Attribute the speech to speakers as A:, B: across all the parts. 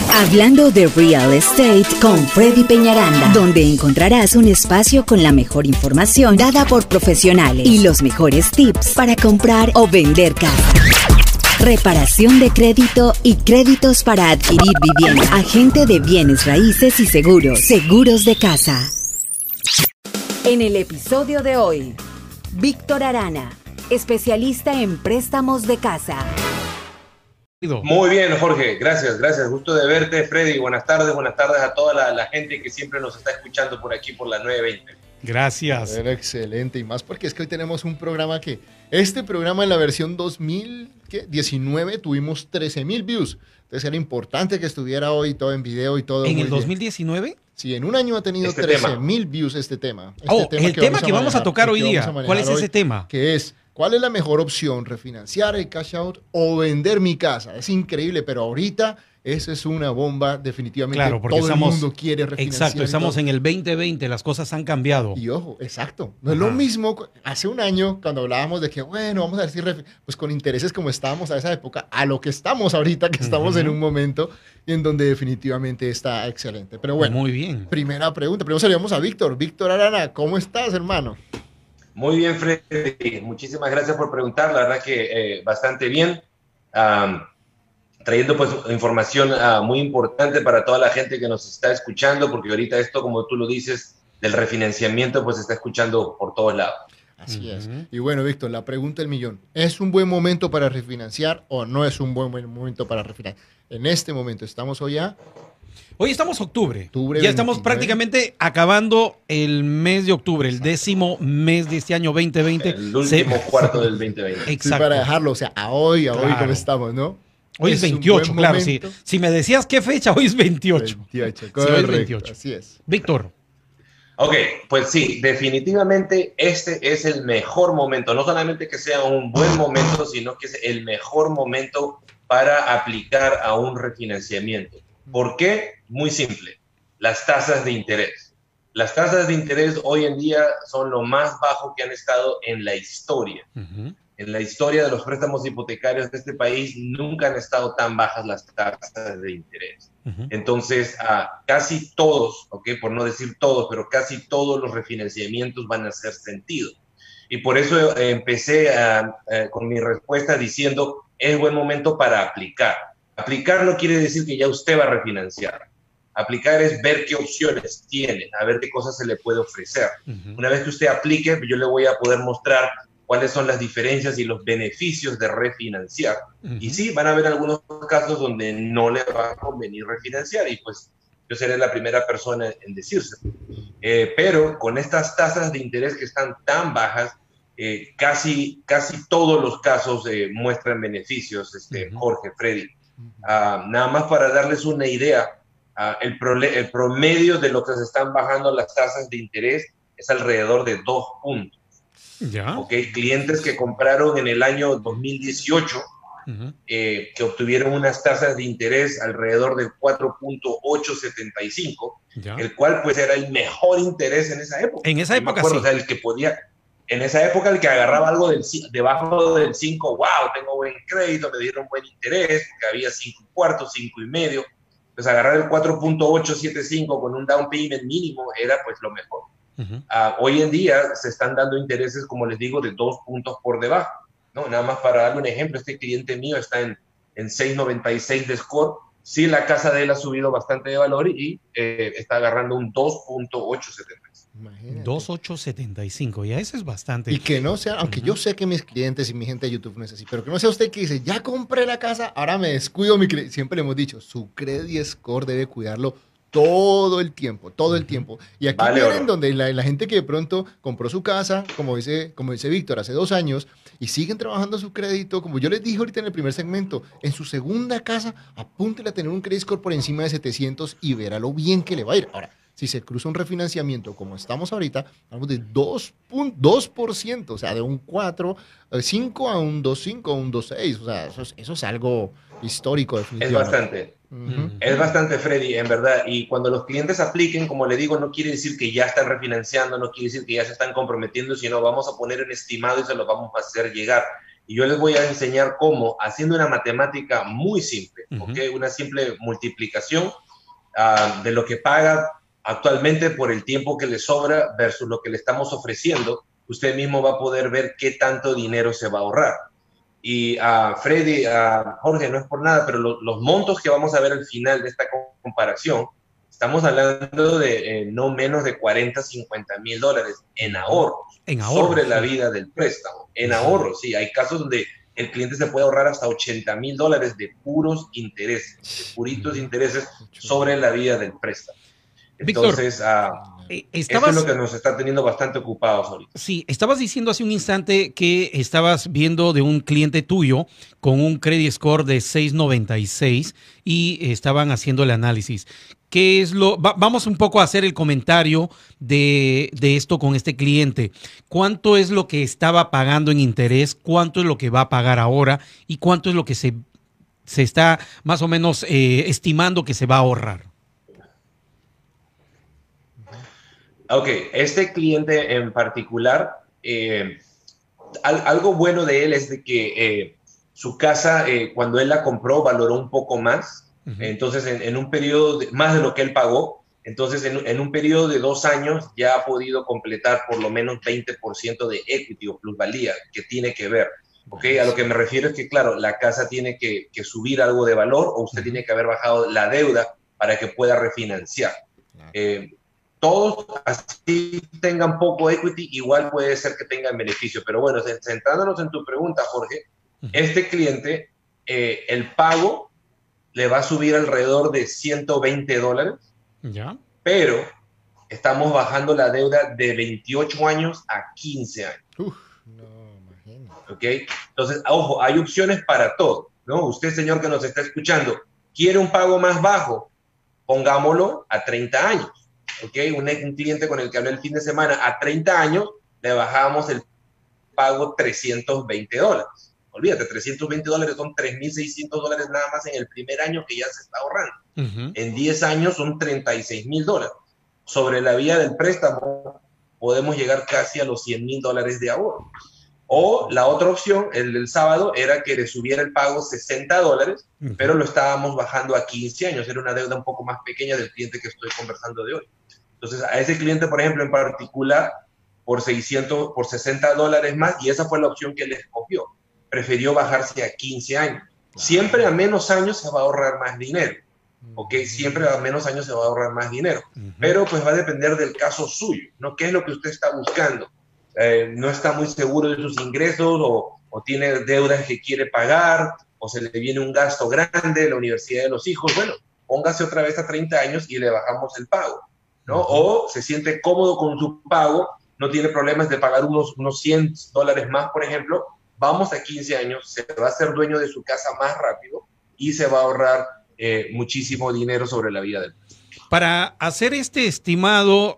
A: Hablando de Real Estate con Freddy Peñaranda, donde encontrarás un espacio con la mejor información dada por profesionales y los mejores tips para comprar o vender casa. Reparación de crédito y créditos para adquirir vivienda. Agente de bienes raíces y seguros. Seguros de casa. En el episodio de hoy, Víctor Arana, especialista en préstamos de casa.
B: Muy bien, Jorge, gracias, gusto de verte, Freddy, buenas tardes a toda la gente que siempre nos está escuchando por aquí por la 920.
C: Gracias.
D: Era excelente, y más porque es que hoy tenemos un programa este programa en la versión 2019 tuvimos 13,000 views, entonces era importante que estuviera hoy todo en video y todo.
C: ¿En el 2019?
D: Sí, en un año ha tenido 13,000 views este tema.
C: El tema que vamos a tocar hoy día, ¿cuál es ese tema?
D: Que es, ¿cuál es la mejor opción? ¿Refinanciar el cash out o vender mi casa? Es increíble, pero ahorita eso es una bomba definitivamente.
C: Claro, porque
D: todo el mundo quiere refinanciar.
C: Exacto, estamos en el 2020, las cosas han cambiado.
D: Y ojo, exacto. No es lo mismo hace un año cuando hablábamos de que, bueno, vamos a decir, pues con intereses como estábamos a esa época, a lo que estamos ahorita, que estamos en un momento en donde definitivamente está excelente. Pero bueno,
C: muy bien.
D: Primera pregunta. Primero saludamos a Víctor. Víctor Arana, ¿cómo estás, hermano?
B: Muy bien, Freddy. Muchísimas gracias por preguntar. La verdad que bastante bien. Trayendo pues información muy importante para toda la gente que nos está escuchando, porque ahorita esto, como tú lo dices, del refinanciamiento, pues se está escuchando por todos lados.
D: Así es. Y bueno, Víctor, la pregunta del millón. ¿Es un buen momento para refinanciar o no es un buen momento para refinanciar? En este momento, ¿estamos hoy ya?
C: Hoy estamos octubre. Ya
D: 29.
C: estamos prácticamente acabando el mes de octubre, el 10º mes de este año 2020.
B: El último cuarto del 2020.
C: Exacto.
D: Sí, para dejarlo, o sea, a hoy
C: Claro.
D: como estamos, ¿no?
C: Hoy es 28, claro. Si me decías qué fecha, hoy es 28.
D: 28,
C: Sí, hoy es 28.
D: Así es.
C: Víctor.
B: Ok, pues sí, definitivamente este es el mejor momento. No solamente que sea un buen momento, sino que es el mejor momento para aplicar a un refinanciamiento. ¿Por qué? Muy simple. Las tasas de interés. Las tasas de interés hoy en día son lo más bajo que han estado en la historia. En la historia de los préstamos hipotecarios de este país nunca han estado tan bajas las tasas de interés. Entonces, casi todos, por no decir todos, pero casi todos los refinanciamientos van a hacer sentido. Y por eso empecé con mi respuesta diciendo, es buen momento para aplicar. Aplicar no quiere decir que ya usted va a refinanciar. Aplicar es ver qué opciones tiene, a ver qué cosas se le puede ofrecer. Una vez que usted aplique, yo le voy a poder mostrar cuáles son las diferencias y los beneficios de refinanciar. Y sí, van a haber algunos casos donde no le va a convenir refinanciar y pues yo seré la primera persona en decirse. Pero con estas tasas de interés que están tan bajas, casi todos los casos muestran beneficios, Jorge, Freddy. Nada más para darles una idea, el promedio de lo que se están bajando las tasas de interés es alrededor de 2 puntos.
C: ¿Ya?
B: Clientes que compraron en el año 2018, que obtuvieron unas tasas de interés alrededor del 4.875, el cual pues era el mejor interés en esa época.
C: En esa época,
B: acuerdo,
C: sí.
B: O sea, el que podía, en esa época el que agarraba algo debajo del 5, wow, tengo buen crédito, me dieron buen interés, porque había 5.25, 5.5, pues agarrar el 4.875 con un down payment mínimo era pues lo mejor. Hoy en día se están dando intereses, como les digo, de 2 puntos por debajo, ¿no? Nada más para darle un ejemplo, este cliente mío está en 6.96 de score. Sí, la casa de él ha subido bastante de valor y está agarrando un 2.875.
D: Imagínate.
C: 2.875, ya eso es bastante.
D: Y que no sea, aunque yo sé que mis clientes y mi gente de YouTube no es así, pero que no sea usted que dice, ya compré la casa, ahora me descuido mi crédito. Siempre le hemos dicho, su credit score debe cuidarlo todo el tiempo. Y aquí vienen donde la gente que de pronto compró su casa, como dice Víctor, hace 2 años, y siguen trabajando su crédito, como yo les dije ahorita en el primer segmento, en su segunda casa, apúntele a tener un credit score por encima de 700 y verá lo bien que le va a ir. Ahora, si se cruza un refinanciamiento como estamos ahorita, hablamos de 2%, o sea, de un 4.5 a un 2.5 a un 2.6, o sea, eso es algo histórico definitivamente.
B: Es bastante. Es bastante, Freddy, en verdad. Y cuando los clientes apliquen, como le digo, no quiere decir que ya están refinanciando, no quiere decir que ya se están comprometiendo, sino vamos a poner un estimado y se lo vamos a hacer llegar. y yo les voy a enseñar cómo, haciendo una matemática muy simple, ¿ok? Una simple multiplicación de lo que paga actualmente por el tiempo que le sobra versus lo que le estamos ofreciendo, usted mismo va a poder ver qué tanto dinero se va a ahorrar. Y Freddy, Jorge, no es por nada, pero los montos que vamos a ver al final de esta comparación, estamos hablando de no menos de 40, 50 mil dólares en ahorros, sobre la vida del préstamo. En ahorros, sí. Hay casos donde el cliente se puede ahorrar hasta 80 mil dólares de puros intereses, de puritos intereses sobre la vida del préstamo. Entonces, esto es lo que nos está teniendo bastante ocupados ahorita.
C: Sí, estabas diciendo hace un instante que estabas viendo de un cliente tuyo con un credit score de 696 y estaban haciendo el análisis. ¿Qué es vamos un poco a hacer el comentario de esto con este cliente? ¿Cuánto es lo que estaba pagando en interés? ¿Cuánto es lo que va a pagar ahora? ¿Y cuánto es lo que se está más o menos estimando que se va a ahorrar?
B: Ok, este cliente en particular, algo bueno de él es de que su casa, cuando él la compró, valoró un poco más. Entonces, en un periodo, más de lo que él pagó, entonces en un periodo de 2 años ya ha podido completar por lo menos 20% de equity o plusvalía, que tiene que ver. Okay, a lo que me refiero es que, claro, la casa tiene que subir algo de valor o usted tiene que haber bajado la deuda para que pueda refinanciar. Todos, así tengan poco equity, igual puede ser que tengan beneficio. Pero bueno, centrándonos en tu pregunta, Jorge, este cliente, el pago le va a subir alrededor de 120 dólares,
C: ¿ya?
B: Pero estamos bajando la deuda de 28 años a 15 años.
D: No, imagínate.
B: ¿Ok? Entonces, ojo, hay opciones para todo, ¿no? Usted, señor que nos está escuchando, quiere un pago más bajo, pongámoslo a 30 años. ¿Ok? Un cliente con el que hablé el fin de semana, a 30 años le bajamos el pago 320 dólares. Olvídate, 320 dólares son 3.600 dólares nada más en el primer año que ya se está ahorrando. En 10 años son 36.000 dólares. Sobre la vía del préstamo podemos llegar casi a los 100.000 dólares de ahorro. O la otra opción, el del sábado, era que le subiera el pago 60 dólares, pero lo estábamos bajando a 15 años. Era una deuda un poco más pequeña del cliente que estoy conversando de hoy. Entonces, a ese cliente, por ejemplo, en particular, por 60 dólares más, y esa fue la opción que él escogió. Prefirió bajarse a 15 años. Siempre a menos años se va a ahorrar más dinero. ¿Ok? Siempre a menos años se va a ahorrar más dinero. Pero pues va a depender del caso suyo, ¿no? ¿Qué es lo que usted está buscando? No está muy seguro de sus ingresos o tiene deudas que quiere pagar o se le viene un gasto grande, la universidad de los hijos. Bueno, póngase otra vez a 30 años y le bajamos el pago, ¿no? O se siente cómodo con su pago, no tiene problemas de pagar unos 100 dólares más, por ejemplo. Vamos a 15 años, se va a hacer dueño de su casa más rápido y se va a ahorrar muchísimo dinero sobre la vida del país.
C: Para hacer este estimado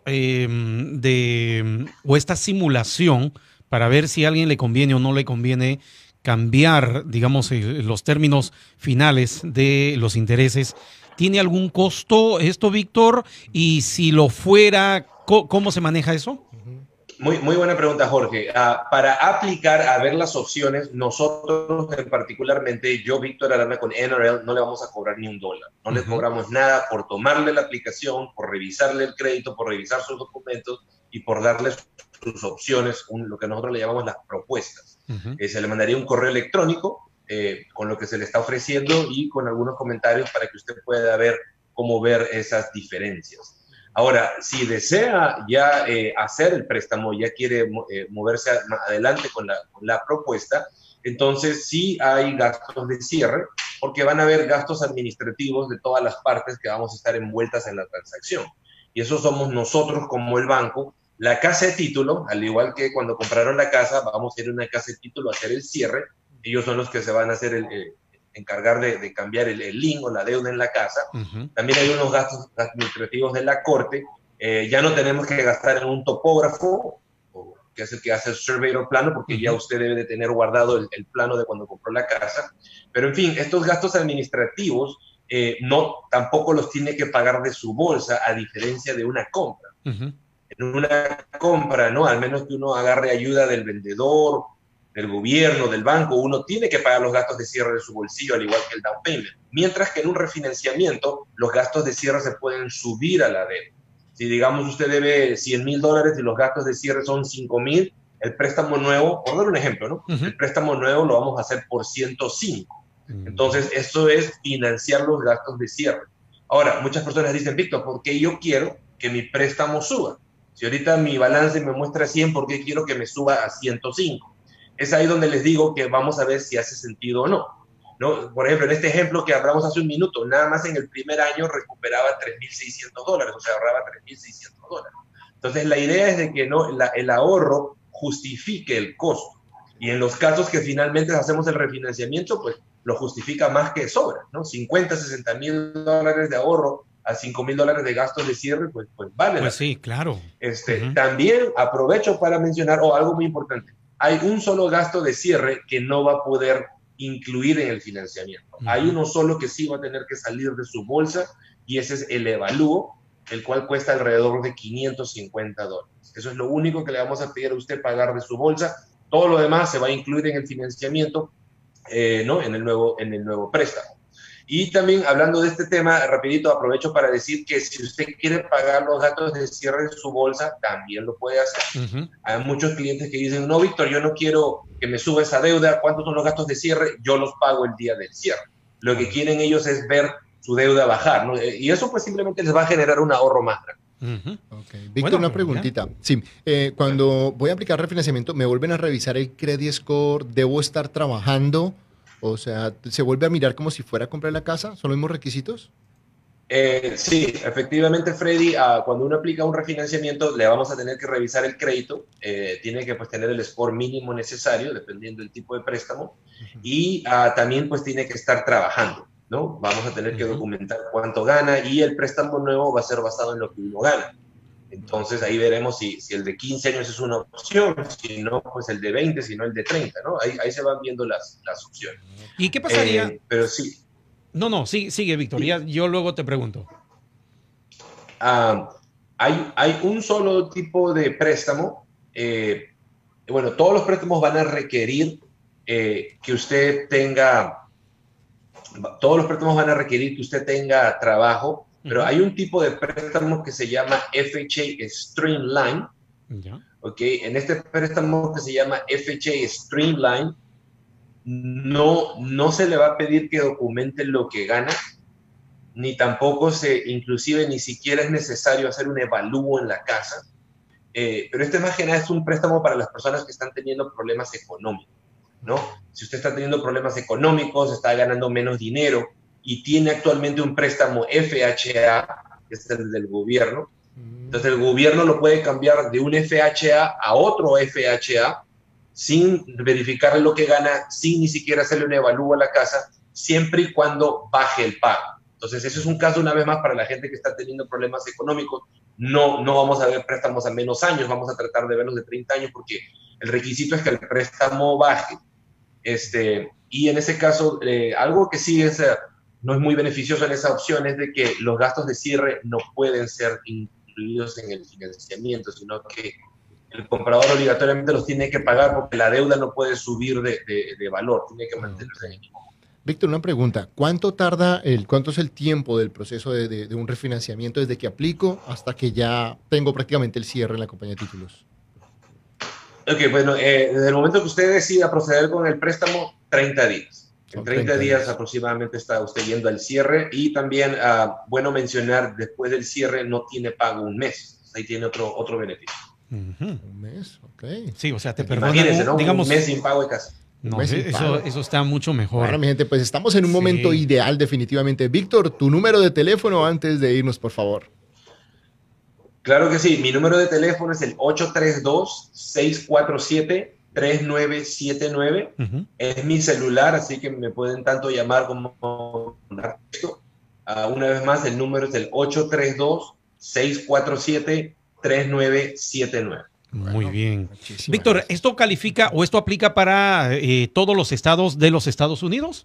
C: o esta simulación, para ver si a alguien le conviene o no le conviene cambiar, digamos, los términos finales de los intereses, ¿tiene algún costo esto, Víctor? Y si lo fuera, ¿cómo se maneja eso?
B: Muy buena pregunta, Jorge. Para aplicar a ver las opciones, nosotros particularmente, yo, Víctor Arana, con NRL, no le vamos a cobrar ni $1. No le cobramos nada por tomarle la aplicación, por revisarle el crédito, por revisar sus documentos y por darle sus opciones, lo que nosotros le llamamos las propuestas. Se le mandaría un correo electrónico con lo que se le está ofreciendo y con algunos comentarios para que usted pueda ver cómo ver esas diferencias. Ahora, si desea ya hacer el préstamo, ya quiere moverse adelante con la propuesta, entonces sí hay gastos de cierre, porque van a haber gastos administrativos de todas las partes que vamos a estar envueltas en la transacción. Y eso somos nosotros como el banco. La casa de título, al igual que cuando compraron la casa, vamos a ir a una casa de título a hacer el cierre. Ellos son los que se van a hacer encargar de cambiar el lien o la deuda en la casa. También hay unos gastos administrativos de la corte. Ya no tenemos que gastar en un topógrafo, que es el que hace el survey o plano, porque ya usted debe de tener guardado el plano de cuando compró la casa. Pero en fin, estos gastos administrativos tampoco los tiene que pagar de su bolsa, a diferencia de una compra. En una compra, ¿no? Al menos que uno agarre ayuda del vendedor del gobierno, del banco, uno tiene que pagar los gastos de cierre de su bolsillo, al igual que el down payment. Mientras que en un refinanciamiento, los gastos de cierre se pueden subir a la deuda. Si, digamos, usted debe $100,000 y los gastos de cierre son $5,000, el préstamo nuevo, por dar un ejemplo, ¿no? El préstamo nuevo lo vamos a hacer por 105. Entonces, eso es financiar los gastos de cierre. Ahora, muchas personas dicen, Víctor, ¿por qué yo quiero que mi préstamo suba? Si ahorita mi balance me muestra 100, ¿por qué quiero que me suba a 105? Es ahí donde les digo que vamos a ver si hace sentido o no, ¿no? Por ejemplo, en este ejemplo que hablamos hace un minuto, nada más en el primer año recuperaba $3,600, o sea, ahorraba $3,600. Entonces, la idea es de que no, el ahorro justifique el costo. Y en los casos que finalmente hacemos el refinanciamiento, pues lo justifica más que sobra, ¿no? 50, $60,000 de ahorro a $5,000 de gastos de cierre, pues vale.
C: Pues sí, claro.
B: También aprovecho para mencionar, algo muy importante, hay un solo gasto de cierre que no va a poder incluir en el financiamiento. Hay uno solo que sí va a tener que salir de su bolsa, y ese es el evalúo, el cual cuesta alrededor de $550. Eso es lo único que le vamos a pedir a usted pagar de su bolsa. Todo lo demás se va a incluir en el financiamiento, ¿no? en el nuevo préstamo. Y también, hablando de este tema, rapidito aprovecho para decir que si usted quiere pagar los gastos de cierre de su bolsa, también lo puede hacer. Hay muchos clientes que dicen, no, Víctor, yo no quiero que me suba esa deuda, ¿cuántos son los gastos de cierre? Yo los pago el día del cierre. Lo que quieren ellos es ver su deuda bajar, ¿no? Y eso pues simplemente les va a generar un ahorro más grande.
D: Okay. Víctor, una preguntita. Sí, cuando voy a aplicar refinanciamiento, ¿me vuelven a revisar el credit score? ¿Debo estar trabajando? O sea, ¿se vuelve a mirar como si fuera a comprar la casa? ¿Son los mismos requisitos?
B: Sí, efectivamente, Freddy, cuando uno aplica un refinanciamiento, le vamos a tener que revisar el crédito. Tiene que pues, tener el score mínimo necesario, dependiendo del tipo de préstamo. Y también pues tiene que estar trabajando, ¿no? Vamos a tener que documentar cuánto gana, y el préstamo nuevo va a ser basado en lo que uno gana. Entonces ahí veremos si el de 15 años es una opción, si no, pues el de 20, si no el de 30, ¿no? Ahí se van viendo las opciones.
C: ¿Y qué pasaría?
B: Pero sí.
C: No, sigue, Víctor, yo luego te pregunto.
B: Hay un solo tipo de préstamo. Bueno, todos los préstamos van a requerir que usted tenga trabajo, pero hay un tipo de préstamo que se llama FHA Streamline. Okay. En este préstamo que se llama FHA Streamline, no se le va a pedir que documente lo que gana, ni tampoco inclusive ni siquiera es necesario hacer un evalúo en la casa. Pero este más que nada es un préstamo para las personas que están teniendo problemas económicos, ¿no? Si usted está teniendo problemas económicos, está ganando menos dinero y tiene actualmente un préstamo FHA, que es el del gobierno, entonces el gobierno lo puede cambiar de un FHA a otro FHA sin verificar lo que gana, sin ni siquiera hacerle un evalúo a la casa, siempre y cuando baje el pago. Entonces, eso es un caso, una vez más, para la gente que está teniendo problemas económicos. No vamos a ver préstamos a menos años, vamos a tratar de menos de 30 años, porque el requisito es que el préstamo baje. Y en ese caso, algo que sí no es muy beneficioso en esa opción es de que los gastos de cierre no pueden ser incluidos en el financiamiento, sino que el comprador obligatoriamente los tiene que pagar porque la deuda no puede subir de valor, tiene que mantenerse en el mismo.
D: Víctor, una pregunta. ¿Cuánto es el tiempo del proceso de un refinanciamiento desde que aplico hasta que ya tengo prácticamente el cierre en la compañía de títulos?
B: Ok, bueno, desde el momento que usted decida proceder con el préstamo, 30 días. En 30 días aproximadamente está usted yendo al cierre, y también, bueno mencionar, después del cierre no tiene pago un mes. Ahí tiene otro beneficio.
D: Un mes, ok.
C: Sí, o sea, te perdonan,
B: imagínense, ¿no?
C: digamos,
B: un mes sin pago de casa.
C: No, eso está mucho mejor.
D: Bueno, mi gente, pues estamos en un momento ideal, definitivamente. Víctor, tu número de teléfono antes de irnos, por favor.
B: Claro que sí. Mi número de teléfono es el 832-647-3979. Es mi celular, así que me pueden tanto llamar como mandar texto. Una vez más, el número es el 832-647-3979.
C: Muy bien. Víctor, gracias. ¿Esto califica o esto aplica para todos los estados de los Estados Unidos?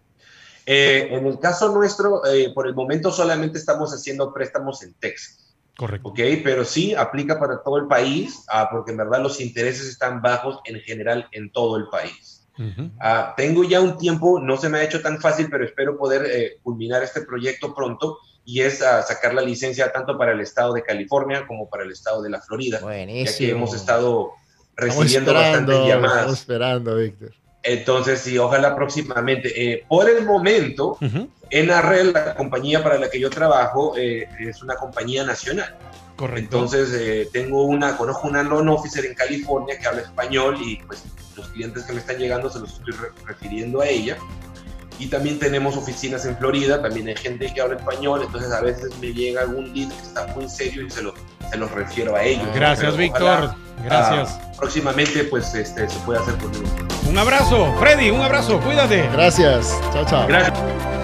B: En el caso nuestro, por el momento solamente estamos haciendo préstamos en Texas.
C: Correcto.
B: ¿ok? Pero sí aplica para todo el país, porque en verdad los intereses están bajos en general en todo el país. Tengo ya un tiempo, no se me ha hecho tan fácil, pero espero poder culminar este proyecto pronto, y es sacar la licencia tanto para el estado de California como para el estado de la Florida.
D: Buenísimo.
B: Ya que hemos estado recibiendo bastantes llamadas.
D: Estamos esperando, Víctor.
B: Entonces, sí, ojalá próximamente. Por el momento, NRL, la compañía para la que yo trabajo, es una compañía nacional.
C: Correcto.
B: Entonces, conozco una loan officer en California que habla español, y pues los clientes que me están llegando se los estoy refiriendo a ella. Y también tenemos oficinas en Florida, también hay gente que habla español, entonces a veces me llega algún lead que está muy serio y se los refiero a ellos.
C: Gracias, Víctor. Gracias.
B: Próximamente, pues, se puede hacer conmigo.
C: Un abrazo, Freddy, un abrazo, cuídate.
D: Gracias. Chao, chao.
B: Gracias.